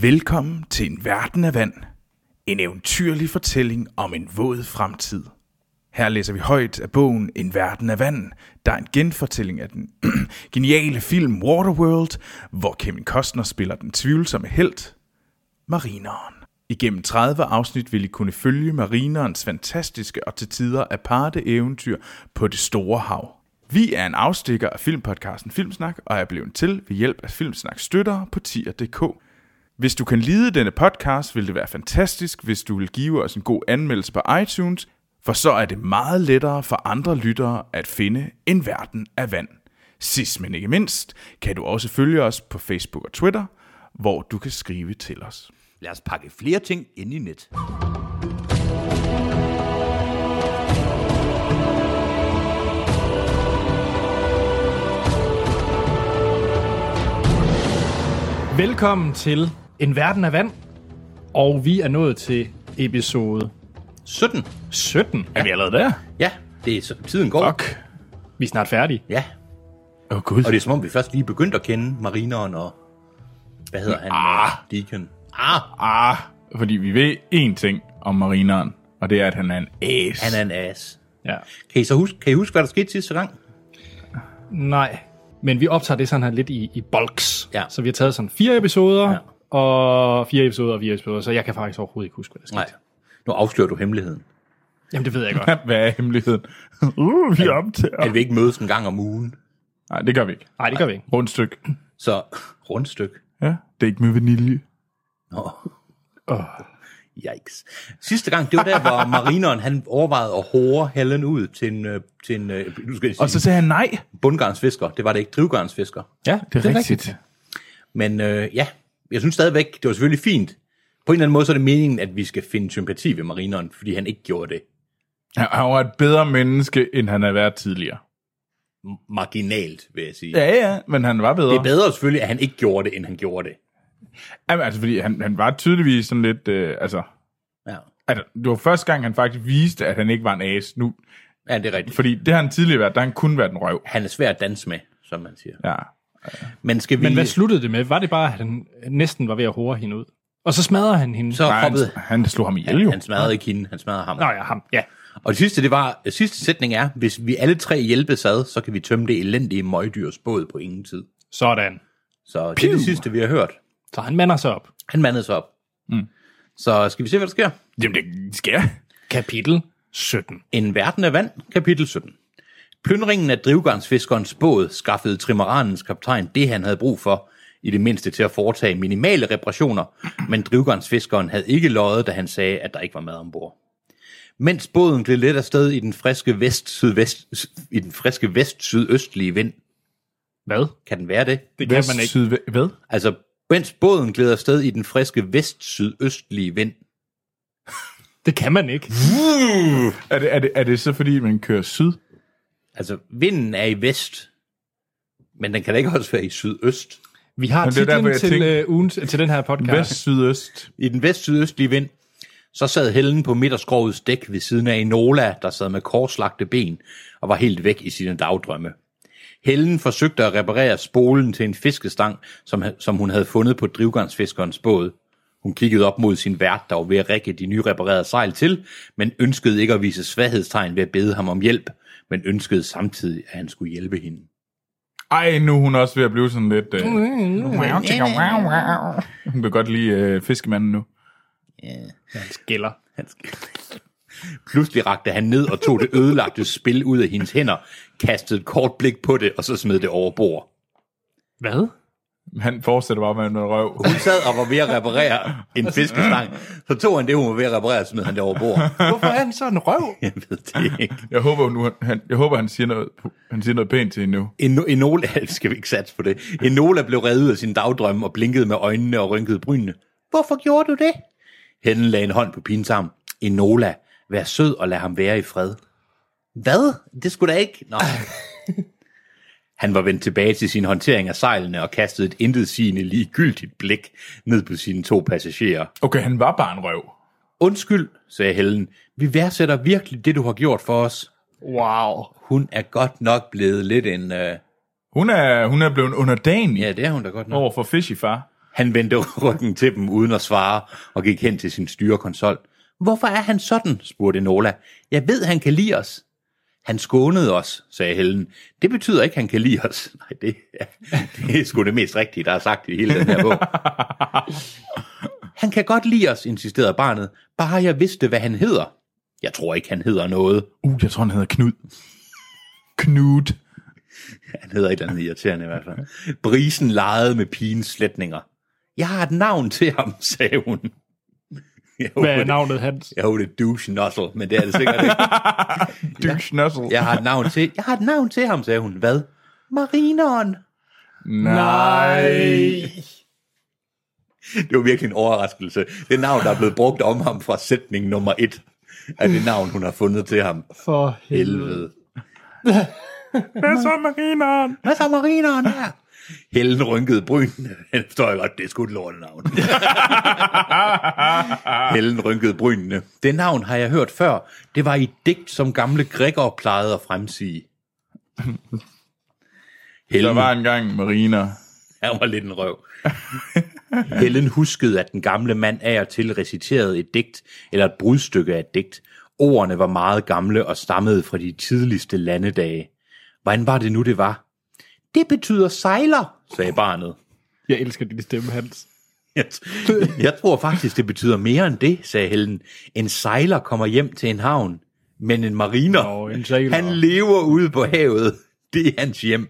Velkommen til En Verden af Vand. En eventyrlig fortælling om en våd fremtid. Her læser vi højt af bogen En Verden af Vand, der er en genfortælling af den geniale film Waterworld, hvor Kevin Costner spiller den tvivlsomme helt, marineren. Igennem 30 afsnit vil I kunne følge marinerens fantastiske og til tider aparte eventyr på det store hav. Vi er en afstikker af filmpodcasten Filmsnak, og er blevet til ved hjælp af Filmsnak støttere på tier.dk. Hvis du kan lide denne podcast, vil det være fantastisk, hvis du vil give os en god anmeldelse på iTunes, for så er det meget lettere for andre lyttere at finde En Verden af Vand. Sidst men ikke mindst, kan du også følge os på Facebook og Twitter, hvor du kan skrive til os. Lad os pakke flere ting ind i net. Velkommen til En Verden af Vand, og vi er nået til episode 17. 17. Er vi allerede der? Ja, det er tiden går. Fuck. Vi er snart færdige. Ja, Gud. og det er som om vi først lige begyndte at kende marineren og, hvad hedder han? Deacon. Fordi vi ved én ting om marineren, og det er, at han er en ace. Han er en ass. Ja. Kan I huske, hvad der skete sidste gang? Nej, men vi optager det sådan her lidt i bulks. Ja. Så vi har taget sådan 4 episoder, og 4 episoder og 4 episoder, så jeg kan faktisk overhovedet ikke huske, hvad der skete. Nej, nu afslører du hemmeligheden. Jamen, det ved jeg godt. Hvad er hemmeligheden? Vi optager. At vi ikke mødes en gang om ugen. Nej, det gør vi ikke. Nej, det gør vi ikke. Rundstykke. Så rundstykke. Ja, det er ikke med vanilje. Nå. Yikes. Sidste gang, det var der, hvor marineren han overvejede at håre Helen ud til en nu skal jeg sige, Og så sagde han nej. bundgarnsfisker. Det var det ikke, drivgarnsfisker. Ja, Det er rigtigt. Men ja, jeg synes stadigvæk, det var selvfølgelig fint. På en eller anden måde, så er det meningen, at vi skal finde sympati ved marineren, fordi han ikke gjorde det. Han var et bedre menneske, end han har været tidligere. Marginalt, vil jeg sige. Ja, men han var bedre. Det er bedre selvfølgelig, at han ikke gjorde det, end han gjorde det. Jamen, altså, fordi han var tydeligvis sådan lidt, Ja, altså, det var første gang, han faktisk viste, at han ikke var en ace. Nu, ja det er rigtigt. fordi det har han tidligere været, der han kun været en røv. Han er svær at danse med, som man siger. Ja. Men skal vi... Men hvad sluttede det med? Var det bare, at han næsten var ved at hore hende ud? Og så smadrede han hende? Så hoppede... Han slog ham ihjel, jo. Han smadrede ikke hende, han smadrede ham. Nå ja, ham. Ja. Og det sidste sætning er, hvis vi alle tre hjælpes ad, så kan vi tømme det elendige møgdyrs båd på ingen tid. Sådan. Så det er det sidste, vi har hørt. Så han mander sig op. Han mandede sig op. Så skal vi se, hvad der sker? Jamen, det skal jeg. Kapitel 17. En Verden af Vand, kapitel 17. Plyndringen af drivgarnsfiskerens båd skaffede trimaranens kaptajn det, han havde brug for, i det mindste til at foretage minimale reparationer, men drivgarnsfiskeren havde ikke løjet, da han sagde, at der ikke var mad ombord. Mens båden gled let afsted i den friske vest-sydøstlige vind. Hvad? Kan den være det? Det kan man ikke. Hvad? Altså, mens båden gled afsted i den friske vest-sydøstlige vind. Det kan man ikke. Er det så, fordi man kører syd? Altså, vinden er i vest, men den kan da ikke også være i sydøst. Vi har Men det er titlen derfor, jeg til den her podcast. Vest-sydøst. I den vest-sydøstlige vind, så sad Helen på midterskrovets dæk ved siden af Enola, der sad med korslagte ben og var helt væk i sine dagdrømme. Helen forsøgte at reparere spolen til en fiskestang, som hun havde fundet på drivgarnsfiskerens båd. Hun kiggede op mod sin vært, der var ved at række de nyreparerede sejl til, men ønskede ikke at vise svaghedstegn ved at bede ham om hjælp, men ønskede samtidig, at han skulle hjælpe hende. Ej, nu er hun også ved at blive sådan lidt... Hun kan godt lide fiskemanden nu. Han skiller. Pludselig rakte han ned og tog det ødelagte spil ud af hendes hænder, kastede et kort blik på det, og så smed det over bord. Hvad? Han fortsætter bare med noget røv. Hun sad og var ved at reparere en fiskestang. Så tog han det, hun var ved at reparere, og smed han det over bord. Hvorfor er han så en røv? Jeg ved det ikke. Jeg håber, han siger noget pænt til hende nu. Enola, skal vi ikke satse på det. Enola blev reddet ud af sin dagdrømme og blinkede med øjnene og rynkede brynene. Hvorfor gjorde du det? Helen lagde en hånd på pigens arm. Enola, vær sød og lad ham være i fred. Hvad? Det skulle da ikke. Nå. Han var vendt tilbage til sin håndtering af sejlene og kastede et intetsigende ligegyldigt blik ned på sine 2 passagerer. Okay, han var bare en røv. Undskyld, sagde Helen. Vi værdsætter virkelig det, du har gjort for os. Wow. Hun er godt nok blevet lidt en... Hun er blevet underdanig Ja, det er hun da godt nok. over for Fishy far. Han vendte ryggen til dem uden at svare og gik hen til sin styrekonsol. Hvorfor er han sådan, spurgte Enola. Jeg ved, han kan lide os. Han skånede os, sagde Helen. Det betyder ikke, han kan lide os. Nej, det er sgu det mest rigtige, der er sagt i hele den her bog. Han kan godt lide os, insisterede barnet. Bare jeg vidste, hvad han hedder. Jeg tror ikke, han hedder noget. Jeg tror, han hedder Knud. Knud. Han hedder et eller andet irriterende i hvert fald. Brisen legede med pigens slætninger. Jeg har et navn til ham, sagde hun. Hvad er navnet hans? Jeg håber, det er Douche Nussel, men det er det sikkert ikke. Douche Nussel. Jeg har et navn til ham, sagde hun. Hvad? Marineren. Nej. Det var virkelig en overraskelse. Det navn, der er blevet brugt om ham fra sætning nummer 1, er det navn, hun har fundet til ham. For helvede. Hvad så, Marineren? Hvad så, Marineren her? Helen rynkede brynene. Den forstår jeg godt, det er sgu et lortenavn. Helen rynkede brynene. Det navn har jeg hørt før. Det var i et digt, som gamle Gregor plejede at fremsige. Der var engang Mariner. Han var lidt en røv. Helen huskede, at den gamle mand af og til reciterede et digt, eller et brudstykke af et digt. Ordene var meget gamle og stammede fra de tidligste landedage. Hvordan var det nu, det var? Det betyder sejler, sagde barnet. Jeg elsker din stemme, Hans. Jeg tror faktisk, det betyder mere end det, sagde Helen. En sejler kommer hjem til en havn, men en mariner, han lever ude på havet. Det er hans hjem.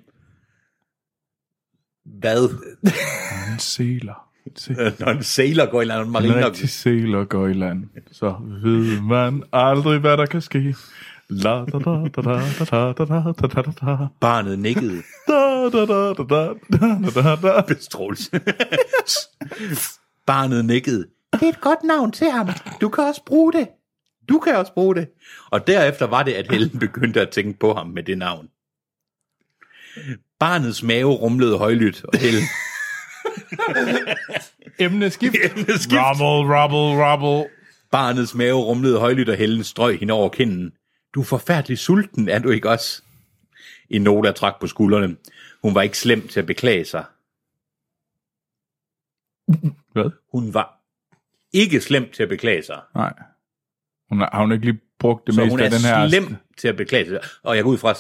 Hvad? En sæler. Når en sæler går i land, og en mariner... En rigtig sæler går i land, så ved man aldrig, hvad der kan ske. Barnet nikkede. Bestrålelse. Barnet nikkede. Det er et godt navn til ham. Du kan også bruge det. Og derefter var det, at Helen begyndte at tænke på ham med det navn. Barnets mave rumlede højlydt, og Helen... Emneskift. Rubble. Barnets mave rumlede højlydt, og Helen strøg hende over kinden. Du er forfærdelig sulten, er du ikke også? Enola trak på skuldrene. Hun var ikke slem til at beklage sig. Hvad? Hun var ikke slem til at beklage sig. Nej. Har hun ikke lige brugt det meste af den her... Så hun er slem til at beklage sig. Og jeg går ud fra...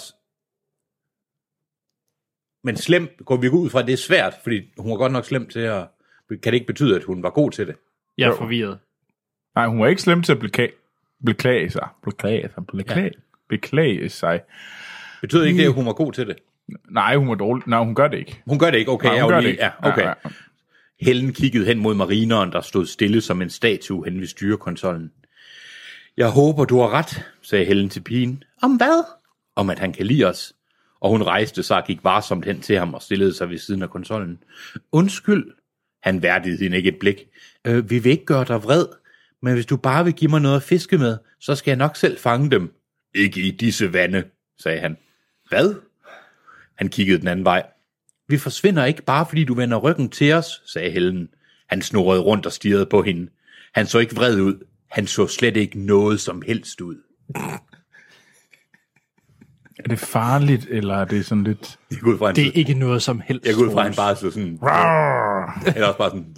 Men slem går vi ud fra, at det er svært, fordi hun var godt nok slem til at... Kan det ikke betyde, at hun var god til det? Jeg er forvirret. Nej, hun var ikke slem til at beklage sig. Beklage sig. Betyder ikke det, at hun var god til det? Nej, hun var dårlig. Nej, hun gør det ikke. Hun gør det ikke, okay. Nej, hun gør det ikke. Ja, okay. Ja. Helen kiggede hen mod marineren, der stod stille som en statue hen ved styrekonsollen. Jeg håber, du har ret, sagde Helen til pigen. Om hvad? Om at han kan lide os. Og hun rejste sig og gik varsomt hen til ham og stillede sig ved siden af konsollen. Undskyld. Han værdigede hende ikke et blik. Vi vil ikke gøre dig vred, men hvis du bare vil give mig noget at fiske med, så skal jeg nok selv fange dem. Ikke i disse vande, sagde han. Hvad? Han kiggede den anden vej. Vi forsvinder ikke bare, fordi du vender ryggen til os, sagde Helen. Han snurrede rundt og stirrede på hende. Han så ikke vred ud. Han så slet ikke noget som helst ud. Er det farligt, eller er det sådan lidt... Det er ikke noget som helst. Jeg går ud fra, han bare så sådan... Eller også bare sådan...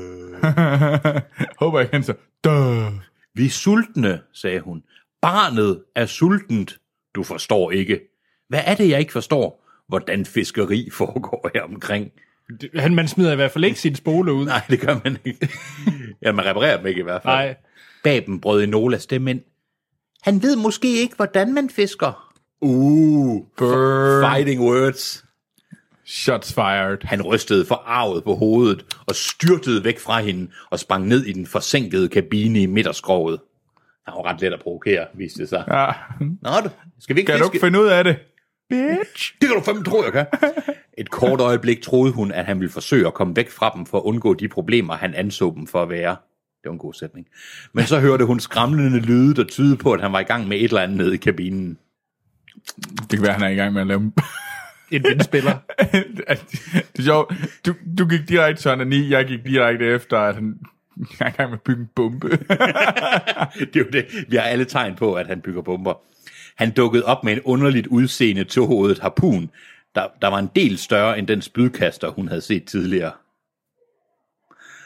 Håber jeg kan så... Vi er sultne, sagde hun. Barnet er sultent. Du forstår ikke. Hvad er det, jeg ikke forstår? Hvordan fiskeri foregår her omkring? Man smider i hvert fald ikke sin spole ud. Nej, det gør man ikke. Ja, man reparerer dem ikke i hvert fald. Nej. Baben brød Enola stemme ind. Han ved måske ikke, hvordan man fisker. Fighting words. Shots fired. Han rystede forarvet på hovedet og styrtede væk fra hende og sprang ned i den forsinkede kabine i midterskroget. Han var ret let at provokere, viste det sig. Ja. Nå, skal vi ikke kan du ikke finde ud af det? Bitch. Det kan du fandme tro, jeg kan. Et kort øjeblik troede hun, at han ville forsøge at komme væk fra dem for at undgå de problemer, han anså dem for at være. Det var en god sætning. Men så hørte hun skramlende lyde, der tydede på, at han var i gang med et eller andet nede i kabinen. Det kan være, han er i gang med at lave en vindspiller. Det er sjovt. Du gik direkte til Anani, jeg gik direkte efter, at han er i gang med at bygge en bombe. Det er jo det. Vi har alle tegn på, at han bygger bomber. Han dukkede op med en underligt udseende tohovedet harpun, der var en del større end den spydkaster, hun havde set tidligere.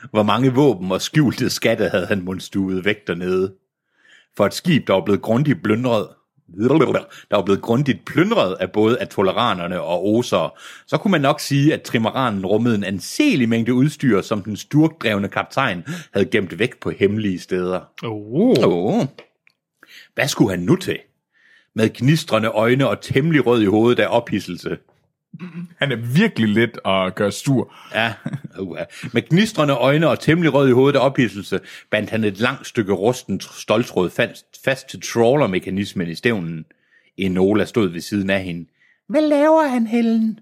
Hvor mange våben og skjulte skatte havde han mundstuet væk dernede? For et skib, der var blevet grundigt plyndret af både atoleranerne og osere, så kunne man nok sige, at trimaranen rummede en anselig mængde udstyr, som den sturkdrevne kaptajn havde gemt væk på hemmelige steder. Hvad skulle han nu til? Med gnistrende øjne og temmelig rød i hovedet af ophidselse. Han er virkelig let at gøre stur. Ja. Med gnistrende øjne og temmelig rød i hovedet af ophidselse, bandt han et langt stykke rusten stoltråd fast til trawlermekanismen i stævnen. Enola stod ved siden af hende. Hvad laver han, Helen?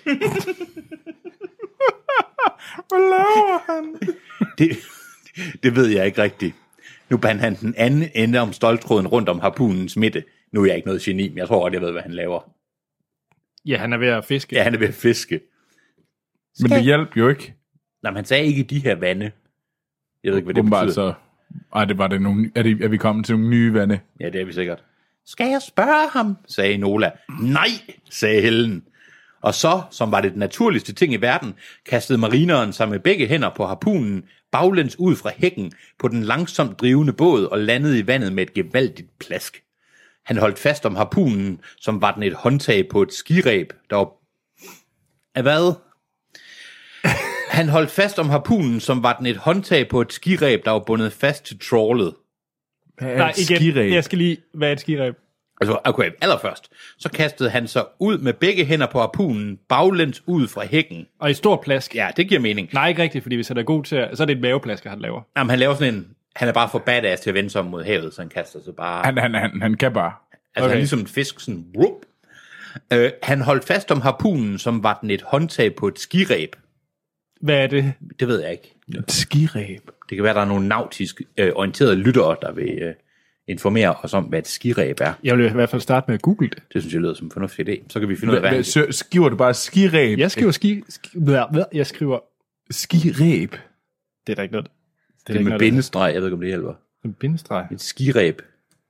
Hvad laver han? Det ved jeg ikke rigtigt. Nu bandt han den anden ende om stoltråden rundt om harpunens midte. Nu er jeg ikke noget geni, men jeg tror godt, jeg ved, hvad han laver. Ja, han er ved at fiske. Ja, han er ved at fiske. Men det hjælper jo ikke. Nej, men han sagde ikke de her vande. Jeg ved ikke, hvad det betyder. Så, det var det nogle, er vi kommet til nogle nye vande? Ja, det er vi sikkert. Skal jeg spørge ham, sagde Enola. Nej, sagde Helen. Og så, som var det den naturligste ting i verden, kastede marineren sig med begge hænder på harpunen, baglæns ud fra hækken på den langsomt drivende båd og landede i vandet med et gevaldigt plask. Han holdt fast om harpunen, som var den et håndtag på et skireb, der var... Hvad? Han holdt fast om harpunen, som var den et håndtag på et skireb, der var bundet fast til trawlet. Nej, igen, skireb? Jeg skal lige... Hvad er et skireb? Altså, okay, allerførst, så kastede han sig ud med begge hænder på harpunen, baglæns ud fra hækken. Og i stor plask? Ja, det giver mening. Nej, ikke rigtigt, fordi hvis han er god til så er det et maveplasker, han laver. Jamen, han laver sådan en... Han er bare for badass til at vende sig om mod havet, så han kaster sig bare... Han kan bare... Altså, han er ligesom en fisk, sådan... Han holdt fast om harpunen, som var den et håndtag på et skireb. Hvad er det? Det ved jeg ikke. Et skireb? Det kan være, der er nogle nautisk orienterede lyttere, der vil informere os om, hvad et skireb er. Jeg vil i hvert fald starte med at google det. Det synes jeg lyder som en fornuftig idé. Så kan vi finde ud af, hvad... Skriver du bare skireb? Jeg skriver jeg skriver... Skireb? Det er der ikke noget... Det er med bindestreg, jeg ved ikke, om det hjælper. En bindestreg? Et skireb.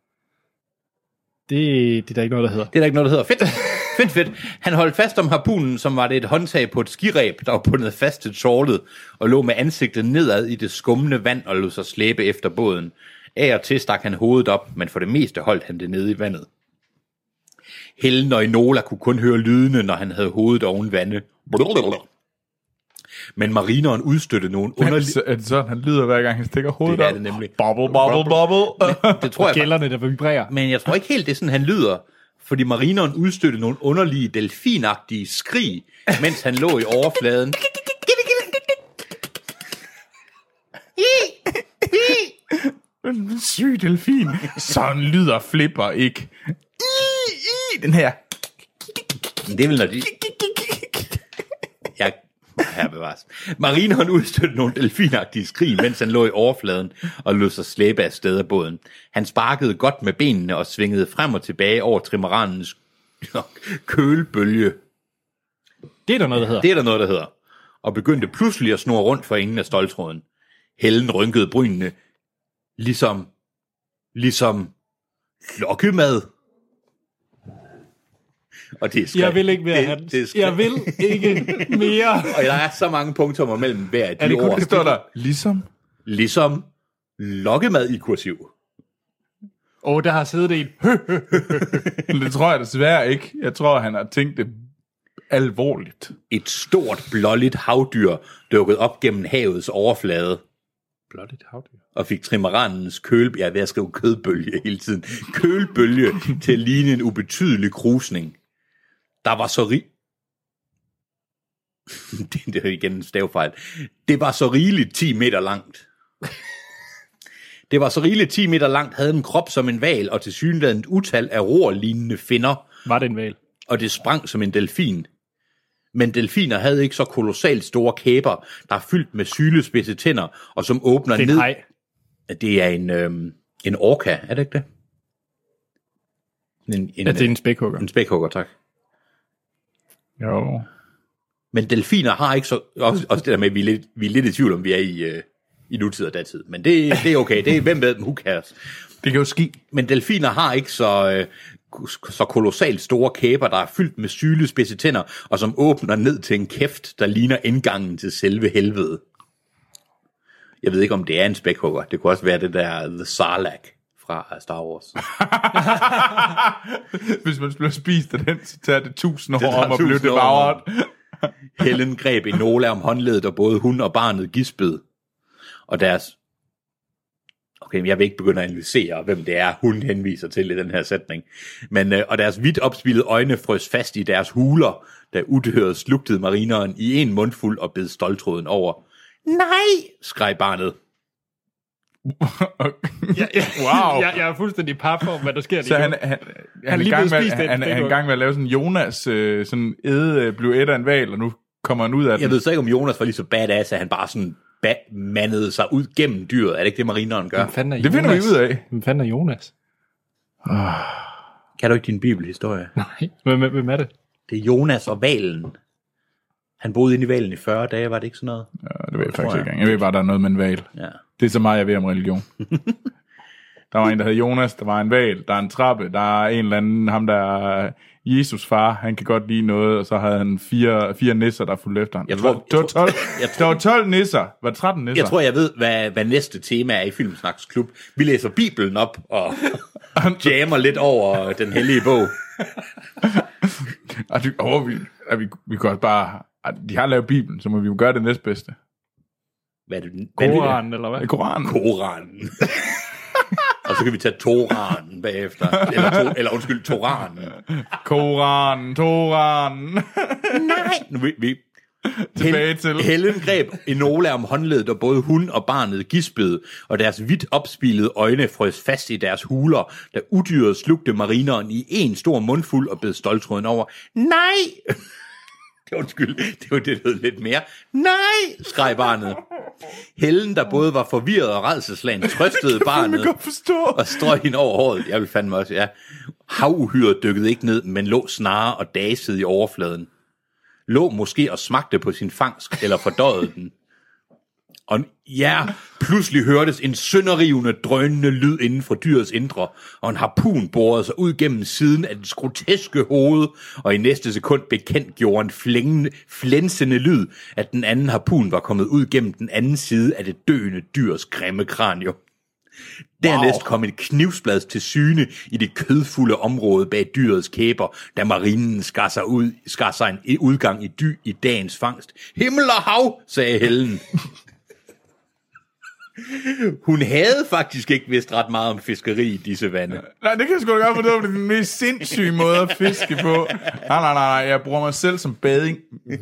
Det er der ikke noget, der hedder. Det er der ikke noget, der hedder. Fedt. Han holdt fast om harpunen, som var det et håndtag på et skireb, der var bundet fast til trawlet, og lå med ansigtet nedad i det skummende vand og lod sig slæbe efter båden. Af og til stak han hovedet op, men for det meste holdt han det nede i vandet. Helen og Enola kunne kun høre lydene, når han havde hovedet oven vande. Men marineren udstødte nogle underlige... Er det sådan, han lyder hver gang, han stikker hovedet op? Det er det nemlig. Bobble. Det tror jeg... Gælderne, der vibrerer. Men jeg tror ikke helt, det er sådan, han lyder. Fordi marineren udstødte nogle underlige, delfinagtige skrig, mens han lå i overfladen. Syg delfin. Sådan lyder Flipper ikke. Den her. Det vil når de... Her bevares. Marineren udstødte nogle delfinagtige skrig, mens han lå i overfladen og lod sig slæbe af sted af båden. Han sparkede godt med benene og svingede frem og tilbage over trimaranens kølbølge. Det er der noget, der hedder. Og begyndte pludselig at snurre rundt for enden af stoltråden. Helen rynkede brynene, ligesom lokkemad. Og det er jeg vil ikke mere, Hans. Jeg vil ikke mere. Og der er så mange punktummer mellem hver af de ord. Det står der Ligesom lokkemad i kursiv. Der har siddet en. Det tror jeg desværre ikke. Jeg tror, han har tænkt det alvorligt. Et stort, blåligt havdyr dukkede op gennem havets overflade. Blåligt havdyr? Og fik trimaranens kølbølge, jeg er ved at skrive kødbølge hele tiden, kølbølge til at ligne en ubetydelig krusning. Der var så det er igen en stavefejl. Det var så rigeligt 10 meter langt. Det var så rigeligt 10 meter langt, havde en krop som en hval, og tilsyneladende et utal af rorlignende finner. Var det en hval? Og det sprang som en delfin. Men delfiner havde ikke så kolossalt store kæber, der er fyldt med sylespidse tænder, og som åbner ned... Det er en haj. Det er en orca, er det ikke det? Det er en spækhugger. En spækhugger, tak. Jo. Men delfiner har ikke så... Også det der med, at vi er lidt i tvivl om, vi er i nutid og datid. Men det er okay. Det er, hvem ved dem, who cares? Det kan jo ske. Men delfiner har ikke så kolossalt store kæber, der er fyldt med sylespidse tænder, og som åbner ned til en kæft, der ligner indgangen til selve helvede. Jeg ved ikke, om det er en spækhugger. Det kunne også være det der The Sarlacc fra Star Wars. Hvis man bliver spist af den, så tager det 1000 år om at blive devouret. Helen greb Enola om håndledet, og både hun og barnet gispede. Og deres... Okay, jeg vil ikke begynde at analysere, hvem det er, hun henviser til i den her sætning. Men, og deres vidt opspilede øjne frøs fast i deres huler, da udyret slugtede marineren i en mundfuld og bed stoltråden over. Nej, skreg barnet. Wow. Jeg er fuldstændig par for, hvad der sker. Så han er i gang med at lave sådan Jonas, sådan blev ædt af en hval, og nu kommer han ud af det. Jeg ved så ikke, om Jonas var lige så badass, at han bare sådan mandede sig ud gennem dyret. Er det ikke det, marineren gør? Det finder vi ud af. Hvem fanden er Jonas? Kan du ikke din bibelhistorie? Nej, hvem er det? Det er Jonas og hvalen. Han boede inde i hvalen i 40 dage, var det ikke sådan noget? Ja, det ved jeg faktisk ikke engang. Jeg ved bare, der er noget med en hval. Ja. Det er så meget, jeg ved om religion. Der var en, der hed Jonas, der var en hval, der er en trappe, der er en eller anden, ham der er Jesus far, han kan godt lide noget, og så havde han fire nisser, der fulgte efter ham. Der var 12 nisser. Var det 13 nisser? Jeg tror, jeg ved, hvad næste tema er i Filmsnaks Klub. Vi læser Bibelen op og jammer lidt over den hellige bog. Vi kan også bare... De har lavet Bibelen, så må vi jo gøre det næstbedste. Hvad er det? Koranen, eller hvad? Koranen. Og så kan vi tage Toranen bagefter. Eller undskyld, Toranen. Toranen. Nej. Nu vi tilbage til. Helen greb Enola om håndledet, og både hun og barnet gispede, og deres vidt opspilede øjne frøs fast i deres huler, da udyret slugte marineren i en stor mundfuld og bed stoltråden over. Nej! Undskyld, det var det, der lød lidt mere. Nej, skreg barnet. Helen, der både var forvirret og rædselsslagen, trøstede barnet og strøg hende over håret. Jeg vil fandme også, ja. Havuhyret dykkede ikke ned, men lå snarere og dasede i overfladen. Lå måske og smagte på sin fangst, eller fordøjede den. Og ja, pludselig hørtes en sønderrivende, drønende lyd inden for dyrets indre, og en harpun borede sig ud gennem siden af dets groteske hoved, og i næste sekund bekendt gjorde en flænsende lyd, at den anden harpun var kommet ud gennem den anden side af det døende dyrs grimme kranium. Dernæst kom et knivsblad til syne i det kødfulde område bag dyrets kæber, da marinen skar sig en udgang i dagens fangst. Himmel og hav, sagde Helen. Hun havde faktisk ikke vidst ret meget om fiskeri i disse vande. Nej, det kan jeg sgu da godt for det var den mest sindssyge måde at fiske på. Nej, jeg bruger mig selv som mading.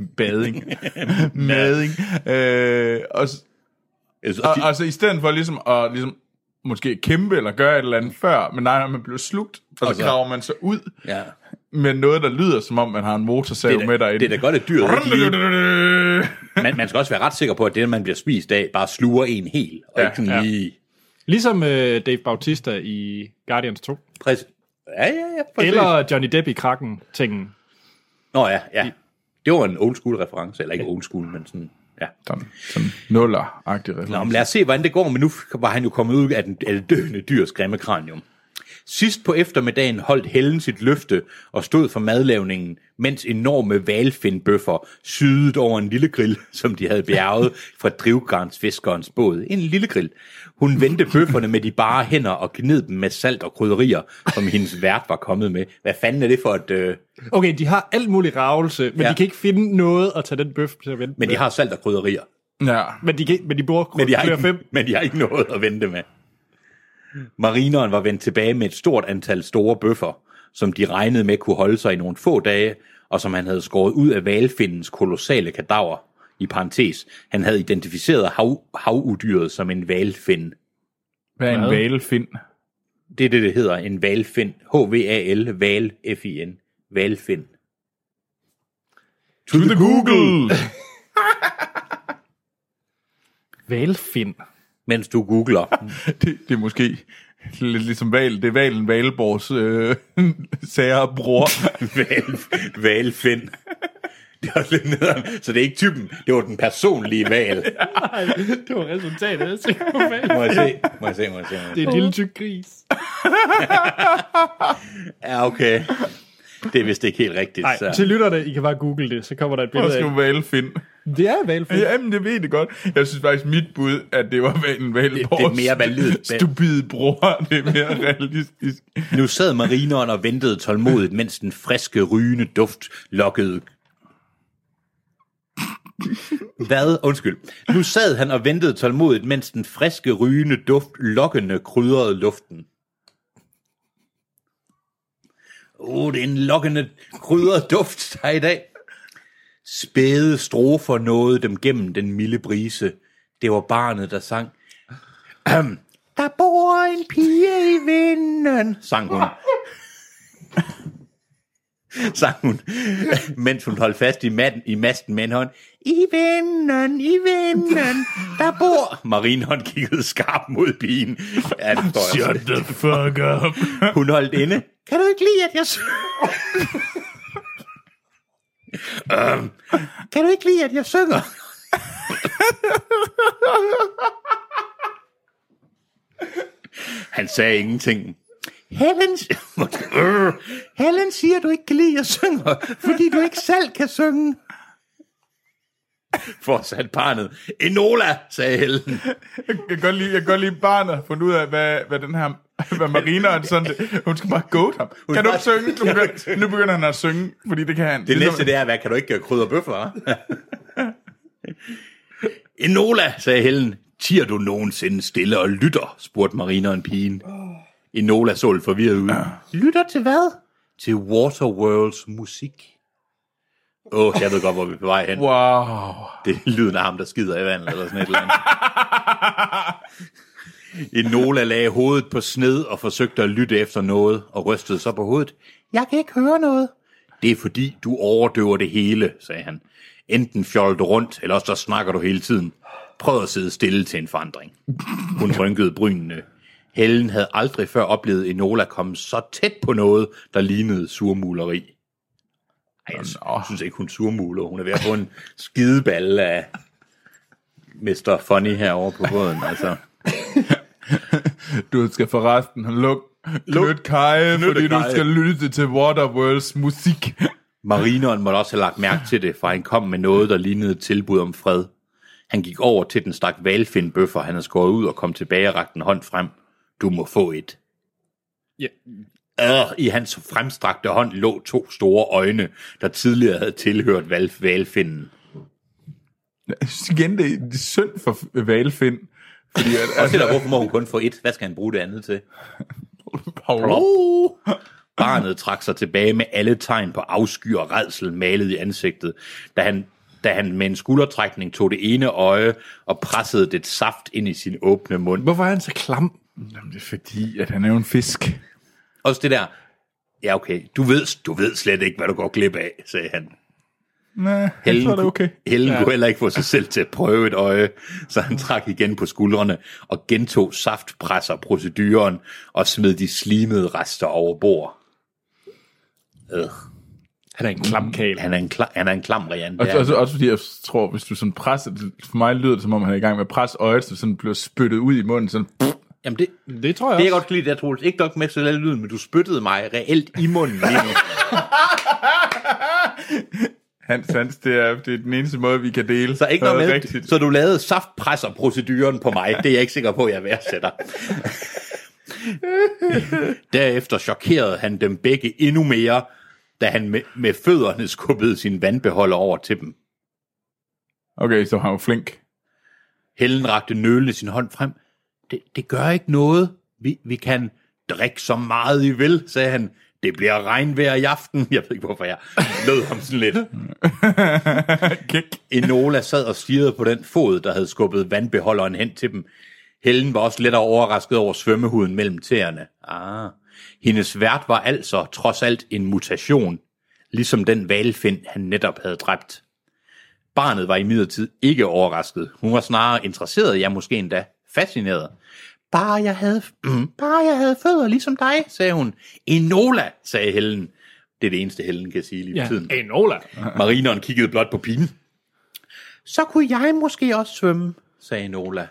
Altså i stedet for ligesom at måske kæmpe eller gøre et eller andet før, men nej, man bliver slugt, og så graver man sig ud med noget, der lyder som om man har en motorsav med derinde. Det er da godt, at dyret ikke lige... Man skal også være ret sikker på, at det, man bliver spist af, bare sluger en hel, og ikke sådan lige... Ligesom Dave Bautista i Guardians 2. Præcis. Ja, præcis. Eller Johnny Depp i Kraken-tingen. Nå ja. Det var en old school reference, eller ikke old school, men sådan... Ja. Sådan nuller-agtig reference. Nå, men lad os se, hvordan det går, men nu var han jo kommet ud af det døende dyrs grimme kranium. Sidst på eftermiddagen holdt Helen sit løfte og stod for madlavningen, mens enorme hvalfindbøffer sydede over en lille grill, som de havde bjerget fra drivgarnsfiskerens båd. En lille grill. Hun vendte bøfferne med de bare hænder og gned dem med salt og krydderier, som hendes vært var kommet med. Hvad fanden er det for et... Okay, de har alt mulig ravelse, men de kan ikke finde noget at tage den bøf til at vente Men de har salt og krydderier. Ja. Men de bruger krydderier 5. Men de har ikke noget at vente med. Marineren var vendt tilbage med et stort antal store bøffer, som de regnede med kunne holde sig i nogle få dage, og som han havde skåret ud af hvalfindens kolossale kadaver. I parentes, han havde identificeret havudyret som en hvalfind. Hvad er en hvalfind? Det er det hedder, en hvalfind. H-V-A-L, hval, F-I-N. Hvalfind. To the Google! Hvalfind. Mens du googler. det er måske lidt ligesom val. Det er Valen Valborgs sære bror. Hvalfind. Det var lidt nederen. Så det er ikke typen. Det var den personlige hval. Det var resultatet. Må jeg se. Det er en lille tyk gris. Ja, okay. Det er vist ikke helt rigtigt. Nej, så. til lytterne, I kan bare google det, så kommer der et billede af. Hvor skal valfind? Det er valfind. Jamen, det ved det godt. Jeg synes faktisk, mit bud, at det var en valborgs det er mere validt. stupide bror. Det er mere realistisk. Nu sad marineren og ventede tålmodigt, mens den friske, rygende duft lokkede... Hvad? Undskyld. Nu sad han og ventede tålmodigt, mens den friske, rygende duft lokkende krydrede luften. Det er en lokkende, krydret duft, der i dag. Spæde strofer nåede dem gennem den milde brise. Det var barnet, der sang. Der bor en pige i vinden, sang hun. Sang hun, mens hun holdt fast i masten med en hånd. I vinden, der bor... Marinehånd kiggede skarpt mod pigen. Ja, det Shut the fuck up. Hun holdt inde. Kan du ikke lide, at jeg kan du ikke lide, at jeg synger? Han sagde ingenting. Helen siger, du ikke kan lide, at jeg synger, fordi du ikke selv kan synge. Fortsat barnet. Enola, sagde Helen. Jeg kan godt lide barnet har fundet ud af, hvad den her... Hvad Marina er sådan, hun skal bare goat ham. Kan du ikke synge? Nu begynder han at synge, fordi det kan han. Det næste, det er, hvad kan du ikke krydre bøffer? Enola, sagde Helen. Tier du nogensinde stille og lytter? Spurgte marineren pigen. Enola så lidt forvirret ud. Lytter til hvad? Til Waterworlds musik. Jeg ved godt, hvor vi er på vej hen. Wow. Det er lyden af ham, der skider i vandet, eller sådan et eller andet. Enola lagde hovedet på sned og forsøgte at lytte efter noget, og rystede så på hovedet. Jeg kan ikke høre noget. Det er fordi, du overdøver det hele, sagde han. Enten fjoller du rundt, eller også så snakker du hele tiden. Prøv at sidde stille til en forandring. Hun rynkede brynene. Helen havde aldrig før oplevet Enola komme så tæt på noget, der lignede surmuleri. Jeg synes ikke, hun surmuler. Hun er ved at få en skideballe af Mr. Funny herovre på båden, altså. Du skal forresten lytte Kaje, fordi du skal lytte til Waterworlds musik. Marineren måtte også have lagt mærke til det, for han kom med noget, der lignede et tilbud om fred. Han gik over til den stak valfindbøffer, han havde skåret ud og kom tilbage og rakte en hånd frem. Du må få et. I hans fremstrakte hånd lå 2 store øjne, der tidligere havde tilhørt valfinden. Igen, det er synd for valfind. Fordi også det der, hvorfor må hun kun få 1? Hvad skal han bruge det andet til? Barnet trak sig tilbage med alle tegn på afsky og rædsel malet i ansigtet, da han med en skuldertrækning tog det ene øje og pressede det saft ind i sin åbne mund. Hvorfor er han så klam? Jamen, det er fordi, at han er jo en fisk. Også det der, ja okay, du ved slet ikke, hvad du går glip af, sagde han. Nej, jeg tror det er okay. Helen kunne heller ikke få sig selv til at prøve et øje, så han trak igen på skuldrene og gentog saftpresser-proceduren og smed de slimede rester over bord. Han er en klam kæl. Han er en klam Rian. Også fordi jeg tror, hvis du sådan presser, for mig lyder det som om han er i gang med at presse øjet, så sådan bliver spyttet ud i munden, sådan. Jamen det tror jeg det er godt lide, jeg tror ikke nok med til den lyden, men du spyttede mig reelt i munden lige nu. Hans, det er den eneste måde, vi kan dele. Så ikke noget med, rigtigt. Så du lavede saftpresser-proceduren på mig, det er jeg ikke sikker på, at jeg værdsætter. Derefter chokerede han dem begge endnu mere, da han med fødderne skubbede sin vandbeholder over til dem. Okay, så han var flink. Helen rakte nølende sin hånd frem. Det gør ikke noget. Vi kan drikke så meget I vil, sagde han. Det bliver regnvejr i aften. Jeg ved ikke, hvorfor jeg lød ham sådan lidt. Enola sad og stirrede på den fod, der havde skubbet vandbeholderen hen til dem. Helen var også lidt overrasket over svømmehuden mellem tæerne. Hendes vært var altså trods alt en mutation, ligesom den hvalfind, han netop havde dræbt. Barnet var imidlertid ikke overrasket. Hun var snarere interesseret, ja måske endda fascineret. Bare jeg havde fødder ligesom dig, sagde hun. Enola, sagde Helen. Det er det eneste, Helen kan sige lige for tiden. Enola. Marineren kiggede blot på pigen. Så kunne jeg måske også svømme, sagde Enola.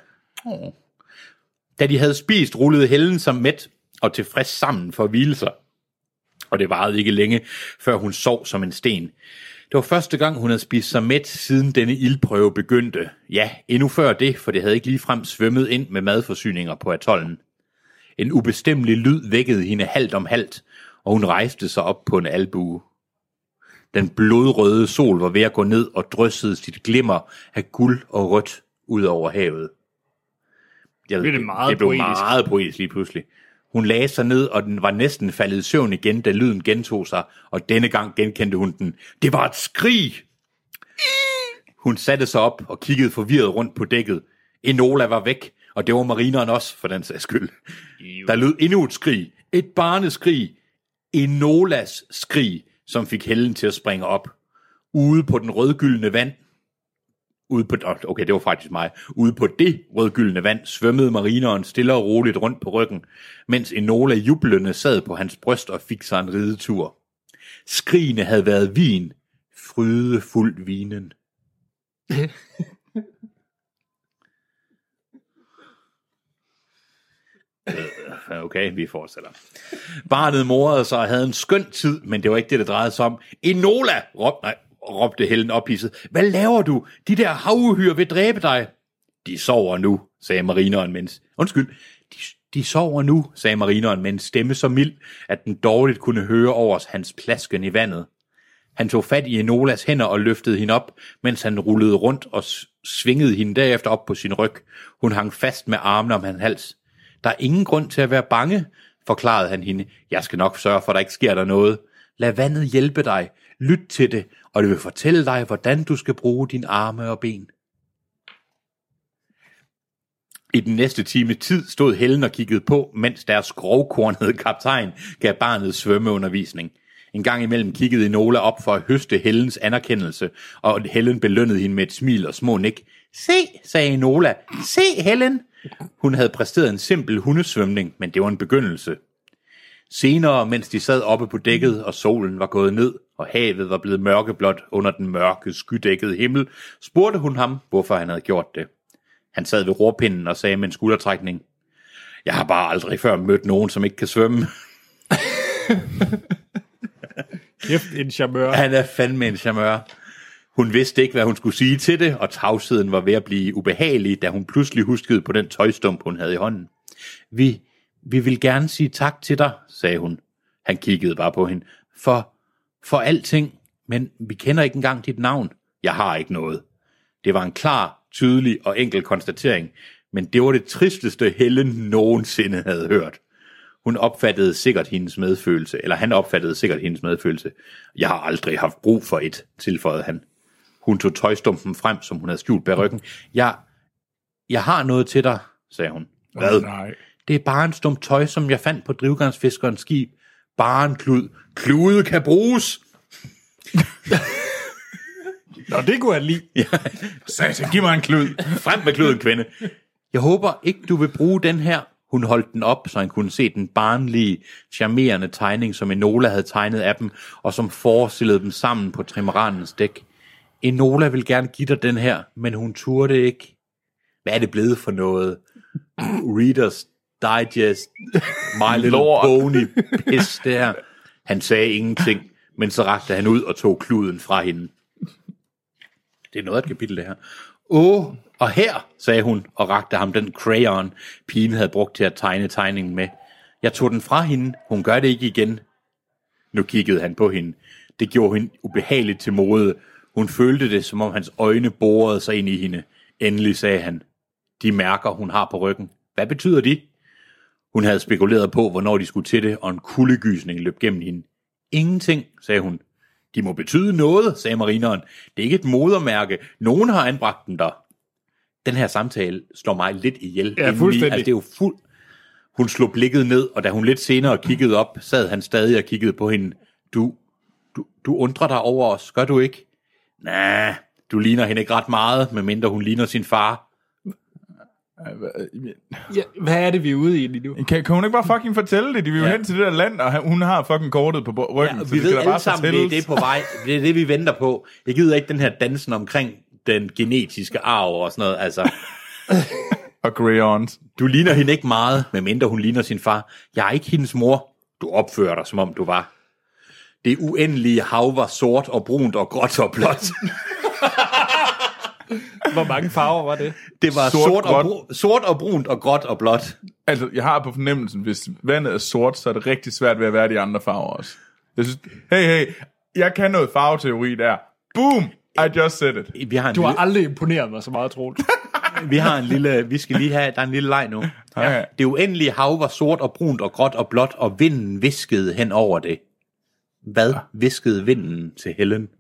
Da de havde spist, rullede Helen sig mæt og tilfreds sammen for at hvile sig. Og det varede ikke længe, før hun sov som en sten. Det var første gang, hun havde spist sig mæt, siden denne ildprøve begyndte. Ja, endnu før det, for det havde ikke ligefrem svømmet ind med madforsyninger på atollen. En ubestemmelig lyd vækkede hende halvt om halvt, og hun rejste sig op på en albue. Den blodrøde sol var ved at gå ned og dryssede sit glimmer af guld og rødt ud over havet. Det blev meget poetisk lige pludselig. Hun lagde sig ned, og den var næsten faldet i søvn igen, da lyden gentog sig, og denne gang genkendte hun den. Det var et skrig! Hun satte sig op og kiggede forvirret rundt på dækket. Enola var væk, og det var marineren også, for den sags skyld. Der lød endnu et skrig. Et barneskrig. Enolas skrig, som fik Helen til at springe op. Ude på den rødgyldne vand. Ude på det rødgyldne vand svømmede marineren stille og roligt rundt på ryggen, mens Enola jublende sad på hans bryst og fik sig en ridetur. Skrigene havde været vin, frydefuld vinen. Okay, vi fortsætter. Barnet morede sig og havde en skøn tid, men det var ikke det, det drejede sig om. Enola! råbte Helen ophidset. Hvad laver du? De der havuhyr vil dræbe dig. De sover nu, sagde marineren, mens... Undskyld, de sover nu, sagde marineren med en stemme så mild, at den dårligt kunne høre over hans plasken i vandet. Han tog fat i Enolas hænder og løftede hende op, mens han rullede rundt og svingede hende derefter op på sin ryg. Hun hang fast med armene om hans hals. Der er ingen grund til at være bange, forklarede han hende. Jeg skal nok sørge for, at der ikke sker der noget. Lad vandet hjælpe dig. Lyt til det, og det vil fortælle dig, hvordan du skal bruge dine arme og ben. I den næste time tid stod Helen og kiggede på, mens deres grovkornede kaptajn gav barnet svømmeundervisning. En gang imellem kiggede Enola op for at høste Helens anerkendelse, og Helen belønnede hende med et smil og små nik. Se, sagde Enola. Se, Helen! Hun havde præsteret en simpel hundesvømning, men det var en begyndelse. Senere, mens de sad oppe på dækket, og solen var gået ned, og havet var blevet mørkeblåt under den mørke, skydækkede himmel, spurgte hun ham, hvorfor han havde gjort det. Han sad ved rorpinden og sagde med en skuldertrækning, jeg har bare aldrig før mødt nogen, som ikke kan svømme. Kæft, en charmeur. Han er fandme en charmeur. Hun vidste ikke, hvad hun skulle sige til det, og tavsheden var ved at blive ubehagelig, da hun pludselig huskede på den tøjstump, hun havde i hånden. Vi vil gerne sige tak til dig, sagde hun. Han kiggede bare på hende. For alting, men vi kender ikke engang dit navn. Jeg har ikke noget. Det var en klar, tydelig og enkel konstatering, men det var det tristeste Helen nogensinde havde hørt. Han opfattede sikkert hendes medfølelse. Jeg har aldrig haft brug for et, tilføjede han. Hun tog tøjstumpen frem, som hun havde skjult bag ryggen. Jeg har noget til dig, sagde hun. Hvad? Nej. Det er bare en stump tøj, som jeg fandt på drivgarnsfiskerens skib. Bare en klud. Klude kan bruges. Nå, det kunne jeg lide. Ja. Satan, giv mig en klud. Frem med kluden, kvinde. Jeg håber ikke, du vil bruge den her. Hun holdt den op, så han kunne se den barnlige, charmerende tegning, som Enola havde tegnet af dem, og som forestillede dem sammen på trimaranens dæk. Enola vil gerne give dig den her, men hun turde ikke. Hvad er det blevet for noget? Reader's Digest, My Little Pony, pis det her. Han sagde ingenting, men så rakte han ud og tog kluden fra hende. Det er noget af et kapitel, det her. Og her, sagde hun, og rakte ham den crayon, pigen havde brugt til at tegne tegningen med. Jeg tog den fra hende, hun gør det ikke igen. Nu kiggede han på hende. Det gjorde hende ubehageligt til mode. Hun følte det, som om hans øjne borede sig ind i hende. Endelig sagde han, de mærker, hun har på ryggen. Hvad betyder de? Hun havde spekuleret på, hvornår de skulle til det, og en kuldegysning løb gennem hende. Ingenting, sagde hun. De må betyde noget, sagde marineren. Det er ikke et modermærke. Nogen har anbragt den der. Den her samtale slår mig lidt ihjel. Ja, fuldstændig. Altså, det er jo fuld. Hun slog blikket ned, og da hun lidt senere kiggede op, sad han stadig og kiggede på hende. Du undrer dig over os, gør du ikke? Nej, du ligner hende ikke ret meget, medmindre hun ligner sin far. Ja, hvad er det, vi er ude i lige nu? Kan hun ikke bare fucking fortælle det? De vil jo hen til det der land, og hun har fucking kortet på ryggen. Ja, så vi det ved skal alle bare sammen, det er det på vej. Det er det, vi venter på. Jeg gider ikke den her dansen omkring den genetiske arv og sådan noget. Altså. Og crayons. Du ligner hende ikke meget, medmindre hun ligner sin far. Jeg er ikke hendes mor. Du opfører dig, som om du var. Det uendelige hav var sort og brunt og gråt og blåt. Hvor mange farver var det? Det var sort og brunt og gråt og blåt. Altså, jeg har på fornemmelsen, hvis vandet er sort, så er det rigtig svært ved at være de andre farver også. Jeg synes, hey, jeg kan noget farveteori der. Boom! I just said it. Du har aldrig imponeret mig så meget, Troels. Vi har en lille, vi skal lige have, der er en lille leg nu. Ja. Det uendelige hav var sort og brunt og gråt og blåt, og vinden viskede hen over det. Hvad viskede vinden til Helen?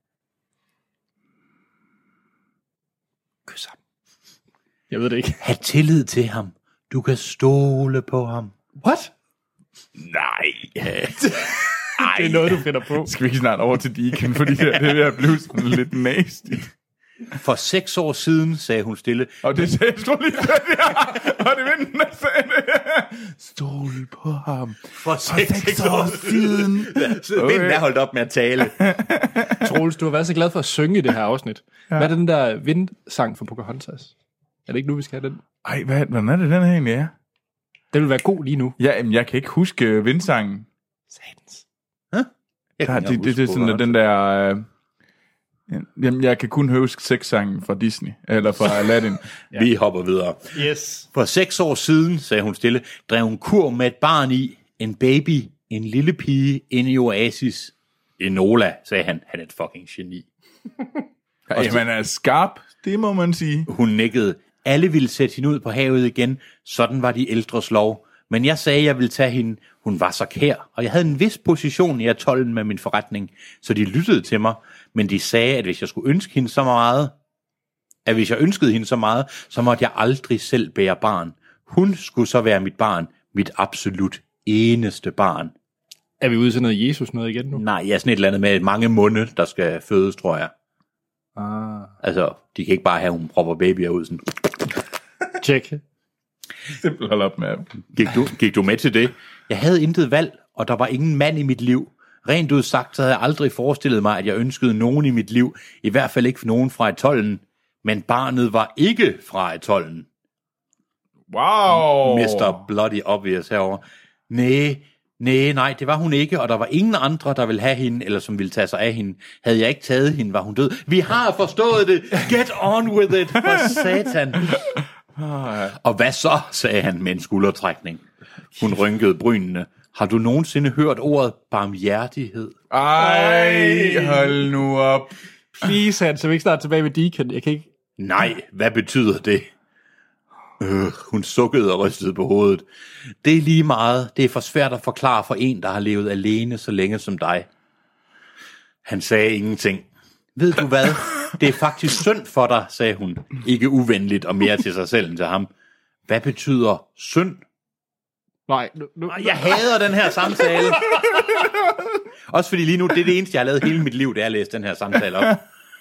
Kys ham. Jeg ved det ikke. Ha' tillid til ham. Du kan stole på ham. What? Nej. Det er noget, du finder på. Skal vi ikke snart over til Deacon, fordi det er ved at blive sådan lidt nasty. For 6 år siden, sagde hun stille. Og det sagde jeg lige det der. Og det vinden, der sagde det. Stol på ham. For 6 år siden. Vinden er holdt op med at tale. Troels, du har været så glad for at synge i det her afsnit. Ja. Hvad er den der vindsang for Pocahontas? Er det ikke nu, vi skal have den? Ej, hvordan er det, den her egentlig er? Den vil være god lige nu. Ja, men jeg kan ikke huske vindsangen. Satans. Det er sådan, den der... Jamen, jeg kan kun huske sexsangen fra Disney, eller fra Aladdin. Ja. Vi hopper videre. Yes. For 6 år siden, sagde hun stille, drev en kur med et barn i, en baby, en lille pige, inde i Oasis. Enola, sagde han. Han er et fucking geni. Jamen, er skarp, det må man sige. Hun nikkede. Alle ville sætte hende ud på havet igen. Sådan var de ældres lov. Men jeg sagde, jeg ville tage hende. Hun var så kær, og jeg havde en vis position i atollen med min forretning, så de lyttede til mig. Men de sagde, at hvis jeg skulle ønske hende så meget, så måtte jeg aldrig selv bære barn. Hun skulle så være mit barn, mit absolut eneste barn. Er vi ude til noget Jesus noget igen nu? Nej, jeg er sådan et eller andet med mange munde, der skal fødes, tror jeg. Altså, de kan ikke bare have, hun propper babyer ud sådan. Tjek. Simpelthen hold op med. Gik du med til det? Jeg havde intet valg, og der var ingen mand i mit liv. Rent ud sagt, så havde jeg aldrig forestillet mig, at jeg ønskede nogen i mit liv. I hvert fald ikke nogen fra atollen. Men barnet var ikke fra atollen. Wow! Mr. Bloody Obvious herovre. Nej, det var hun ikke, og der var ingen andre, der ville have hende, eller som ville tage sig af hende. Havde jeg ikke taget hende, var hun død. Vi har forstået det! Get on with it, for satan! Og hvad så, sagde han med en skuldertrækning. Hun rynkede brynene. Har du nogensinde hørt ordet barmhjertighed? Ej, hold nu op. Please, han, så vi ikke snart tilbage ved Deacon. Jeg kan ikke... Nej, hvad betyder det? Hun sukkede og rystede på hovedet. Det er lige meget. Det er for svært at forklare for en, der har levet alene så længe som dig. Han sagde ingenting. Ved du hvad? Det er faktisk synd for dig, sagde hun. Ikke uvenligt og mere til sig selv end til ham. Hvad betyder synd? Nej, jeg hader den her samtale. Også fordi lige nu, det er det eneste, jeg har lavet hele mit liv, det er at læse den her samtale op.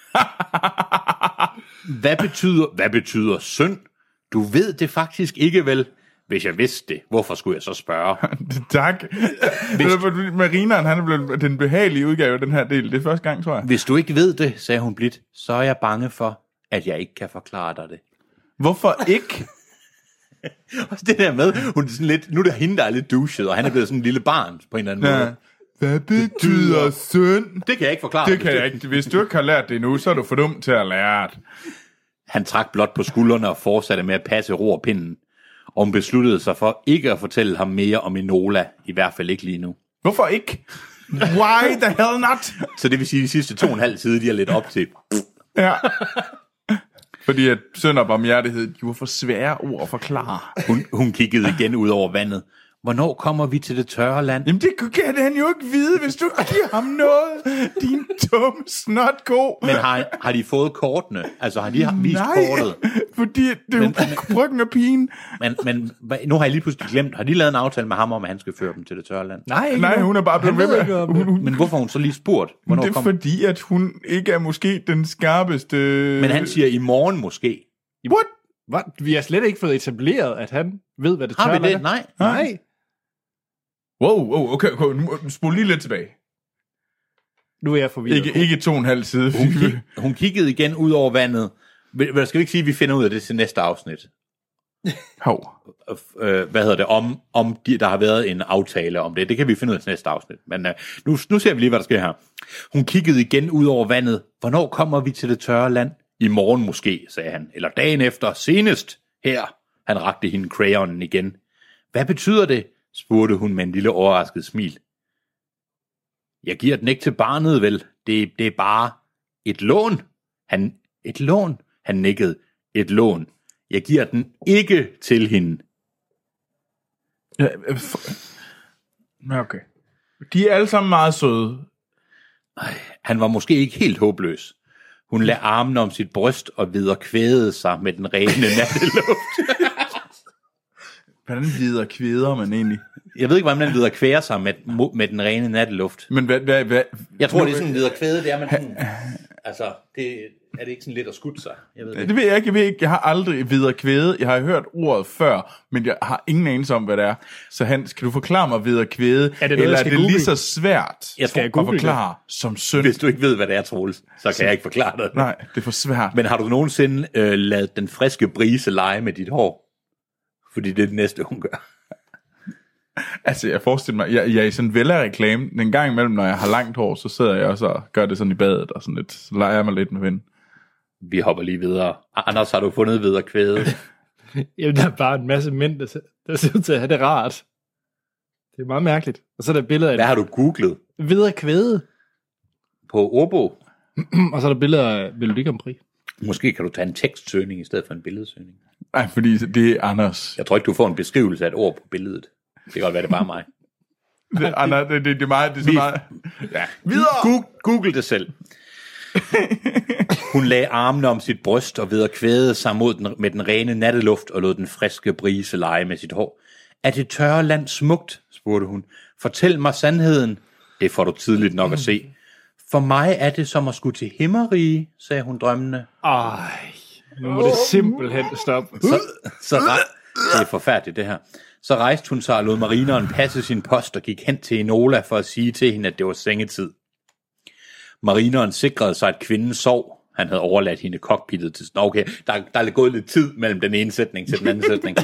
Hvad betyder synd? Du ved det faktisk ikke, vel? Hvis jeg vidste det, hvorfor skulle jeg så spørge? Tak. Marineren, han er blevet den behagelige udgave af den her del. Det er første gang, tror jeg. Hvis du ikke ved det, sagde hun blidt, så er jeg bange for, at jeg ikke kan forklare dig det. Hvorfor ikke? Også det der med, hun er sådan lidt, nu er det hende, der er lidt douchet, og han er blevet sådan en lille barn på en eller anden måde. Hvad betyder synd? Det kan jeg ikke forklare. Det kan jeg ikke. Hvis du ikke har lært det endnu, så er du for dum til at lære det. Han trak blot på skuldrene og fortsatte med at passe rorpinden. Og hun besluttede sig for ikke at fortælle ham mere om Enola, i hvert fald ikke lige nu. Hvorfor ikke? Why the hell not? Så det vil sige, at de sidste 2,5 sider, de er lidt op til. Ja. Fordi at synd og barmhjertighed, de var for svære ord at forklare. Hun kiggede igen ud over vandet. Hvornår kommer vi til det tørre land? Jamen det kan han jo ikke vide, hvis du giver ham noget. Din dumme snotko. Men har de fået kortene? Altså har de vist kortet? Fordi det er jo bryggen af pigen. Men nu har jeg lige pludselig glemt. Har de lavet en aftale med ham om, at han skal føre dem til det tørre land? Nej, hun er bare blevet ved med. Men hvorfor har hun så lige spurgt? Det er fordi, at hun ikke er måske den skarpeste. Men han siger i morgen måske. What? Hvad? Vi har slet ikke fået etableret, at han ved, hvad det tørre land er. Nej. Wow, okay, spol lige lidt tilbage. Nu er jeg forvirret. Ikke 2,5 side. Hun kiggede igen ud over vandet. Skal vi ikke sige, at vi finder ud af det til næste afsnit? Der har været en aftale om det. Det kan vi finde ud af til næste afsnit. Men nu ser vi lige, hvad der sker her. Hun kiggede igen ud over vandet. Hvornår kommer vi til det tørre land? I morgen måske, sagde han. Eller dagen efter, senest. Her. Han rakte hende crayonen igen. Hvad betyder det? Spurgte hun med en lille overrasket smil. Jeg giver den ikke til barnet, vel? Det er bare et lån. Et lån? Han nikkede. Et lån. Jeg giver den ikke til hende. Ja, okay. De er alle sammen meget søde. Han var måske ikke helt håbløs. Hun lagde armen om sit bryst og viderekvædede sig med den rene natteluft. Hvordan viderekvæder man egentlig? Jeg ved ikke, hvordan man viderekvæder sig med den rene natteluft. Men hvad? Jeg tror, det er sådan viderekvæde, det er man sådan... Altså, er det ikke sådan lidt at skudt sig? Jeg ved det ved jeg ikke. Jeg har aldrig viderekvæde. Jeg har hørt ordet før, men jeg har ingen anelse om, hvad det er. Så Hans, kan du forklare mig viderekvæde? Eller er det lige så svært at forklare som søn? Hvis du ikke ved, hvad det er, Troels, så kan jeg ikke forklare det. Nej, det er for svært. Men har du nogensinde ladet den friske brise lege med dit hår? Fordi det er det næste, hun gør. Altså, jeg forestiller mig, jeg er i sådan en Vella-reklame. Den gang imellem, når jeg har langt hår, så sidder jeg også og gør det sådan i badet og sådan lidt. Så leger jeg mig lidt med vind. Vi hopper lige videre. Anders, har du fundet viderekvæde? Jamen, der er bare en masse mænd, der ser ud til at have det rart. Det er meget mærkeligt. Og så er der billeder af... Hvad har du googlet? Viderekvæde. På Orbo? Og så er der billeder af Melodi Grand Prix. Måske kan du tage en tekstsøgning i stedet for en billedsøgning. Nej, fordi det er Anders. Jeg tror ikke, du får en beskrivelse af et ord på billedet. Det kan godt være, det er bare mig. Det er meget, det er så meget... Ja. Videre! Google det selv. Hun lagde armene om sit bryst og viderekvædede sig med den rene natteluft og lod den friske brise lege med sit hår. Er det tørre land smukt? Spurgte hun. Fortæl mig sandheden. Det får du tidligt nok at se. For mig er det som at skulle til himmerige, sagde hun drømmende. Nu må det simpelthen stoppe. Det er forfærdeligt, det her. Så rejste hun sig og lod marineren passe sin post og gik hen til Enola for at sige til hende, at det var sengetid. Marineren sikrede sig, at kvinden sov. Han havde overladt hende cockpittet til... Okay, der er gået lidt tid mellem den ene sætning til den anden sætning.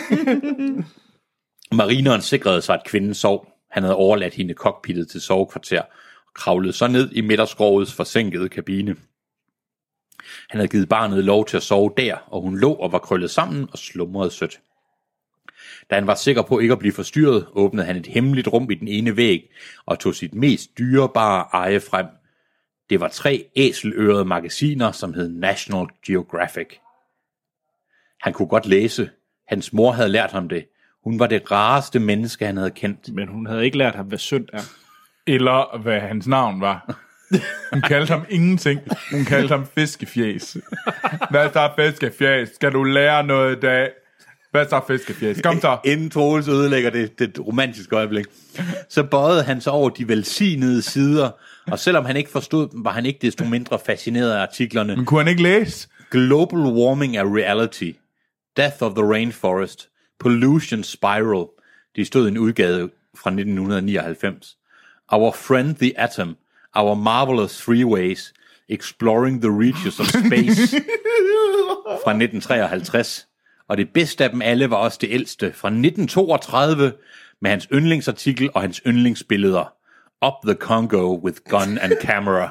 Marineren sikrede sig, at kvinden sov. Han havde overladt hende cockpittet til sovekvarter og kravlede så ned i midterskrogets forsinkede kabine. Han havde givet barnet lov til at sove der, og hun lå og var krøllet sammen og slumrede sødt. Da han var sikker på ikke at blive forstyrret, åbnede han et hemmeligt rum i den ene væg og tog sit mest dyrebare eje frem. Det var 3 æselørede magasiner, som hed National Geographic. Han kunne godt læse. Hans mor havde lært ham det. Hun var det rareste menneske, han havde kendt. Men hun havde ikke lært ham, hvad synd er. Eller hvad hans navn var. Hun kaldte ham ingenting. Hun kaldte ham fiskefjæs. Hvad så fiskefjæs? Skal du lære noget i dag? Hvad så fiskefjæs? Kom så. Inden Troels ødelægger det romantiske øjeblik, så bøjede han sig over de velsignede sider, og selvom han ikke forstod dem, var han ikke desto mindre fascineret af artiklerne. Men kunne han ikke læse? Global warming a reality. Death of the rainforest. Pollution spiral. De stod i en udgave fra 1999. Our friend the atom. Our marvelous freeways. Exploring the reaches of space. Fra 1953. Og det bedste af dem alle var også det ældste, fra 1932, med hans yndlingsartikel og hans yndlingsbilleder. Up the Congo with gun and camera.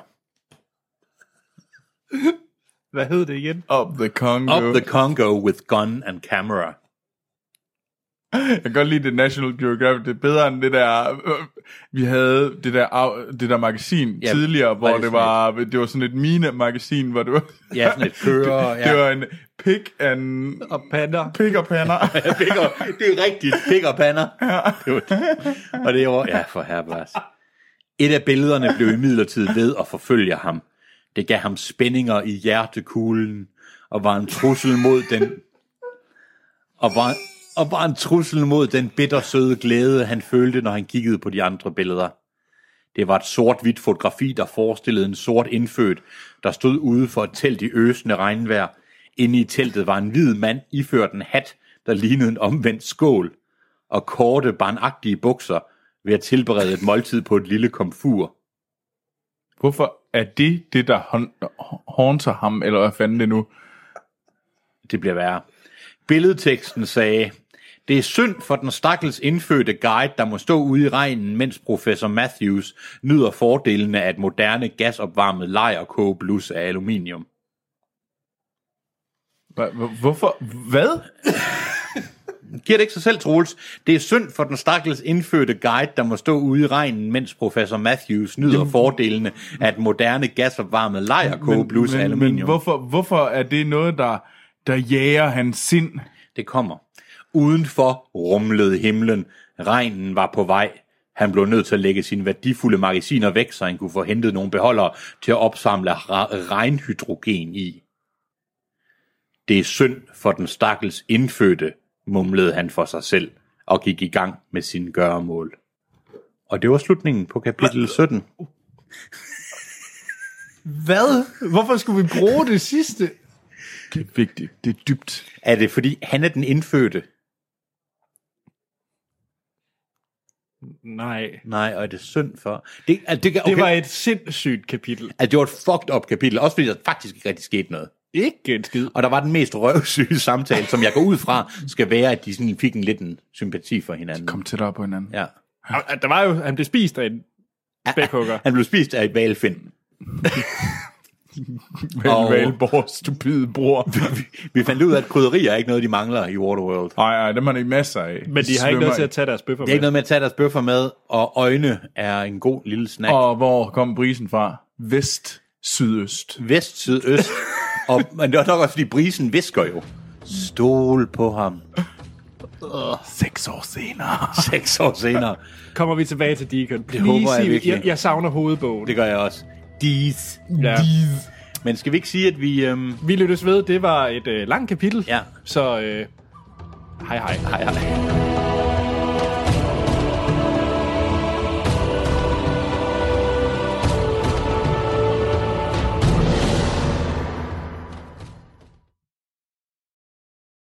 Hvad hed det igen? Up the Congo. Up the Congo with gun and camera. Jeg kan godt lide det National Geographic. Det er bedre end det der... Vi havde det der magasin tidligere, hvor det var sådan et mine-magasin, hvor det var... Ja, sådan et kører... Ja. Det var en pig og pander. Pig og pander. Det er rigtigt, pig og pander. Ja. Og det var... Ja, for herrebærs. Et af billederne blev imidlertid ved at forfølge ham. Det gav ham spændinger i hjertekuglen, og var en trussel mod den... Og var en trussel mod den bittersøde glæde, han følte, når han kiggede på de andre billeder. Det var et sort-hvidt fotografi, der forestillede en sort indfødt, der stod ude for et telt i øsende regnvejr. Inde i teltet var en hvid mand iført en hat, der lignede en omvendt skål, og korte, barnagtige bukser ved at tilberede et måltid på et lille komfur. Hvorfor er det der haunter ham, eller hvad fanden det nu? Det bliver værre. Billedteksten sagde, det er synd for den stakkels indfødte guide, der må stå ude i regnen, mens professor Matthews nyder fordelene af et moderne gasopvarmet lejrkogeblus af aluminium. Hvorfor? Hvad? Giver det ikke sig selv, Troels? Det er synd for den stakkels indfødte guide, der må stå ude i regnen, mens professor Matthews nyder fordelene af et moderne gasopvarmet lejrkogeblus af aluminium. Men hvorfor er det noget, der jager hans sind? Det kommer. Udenfor rumlede himlen. Regnen var på vej. Han blev nødt til at lægge sine værdifulde magasiner væk, så han kunne få hentet nogle beholdere til at opsamle regnhydrogen i. Det er synd for den stakkels indfødte, mumlede han for sig selv, og gik i gang med sine gøremål. Og det var slutningen på kapitel 17. Hvad? Hvorfor skulle vi bruge det sidste? Det er vigtigt. Det er dybt. Er det fordi, han er den indfødte? Nej, og er det synd for... Okay. Det var et sindssygt kapitel. Altså, det var et fucked up kapitel, også fordi der faktisk ikke rigtig skete noget. Ikke en skid. Og der var den mest røvsyge samtale, som jeg går ud fra, skal være, at de sådan fik en lidt en sympati for hinanden. Kom tættere på hinanden. Ja. Der var jo, han blev spist af en spækhugger. Han blev spist af et hvalfind. Valborgs stupide bror. Vi fandt ud af, at krydderier er ikke noget, de mangler i Waterworld. Nej, dem har de masser af. Men de har ikke noget til at tage deres bøffer med. Det er ikke noget med at tage deres bøffer med, og øjne er en god lille snack. Og hvor kom brisen fra? Vest, sydøst. Vest, sydøst. Men det var nok også, fordi brisen visker jo. Stol på ham. 6 år senere. 6 år senere. Kommer vi tilbage til Deacon. Det håber jeg virkelig. Jeg savner hovedbogen. Det gør jeg også. Dees. Ja. Men skal vi ikke sige, at vi... Vi lyttes ved. Det var et langt kapitel. Ja. Så hej hej. Hej hej.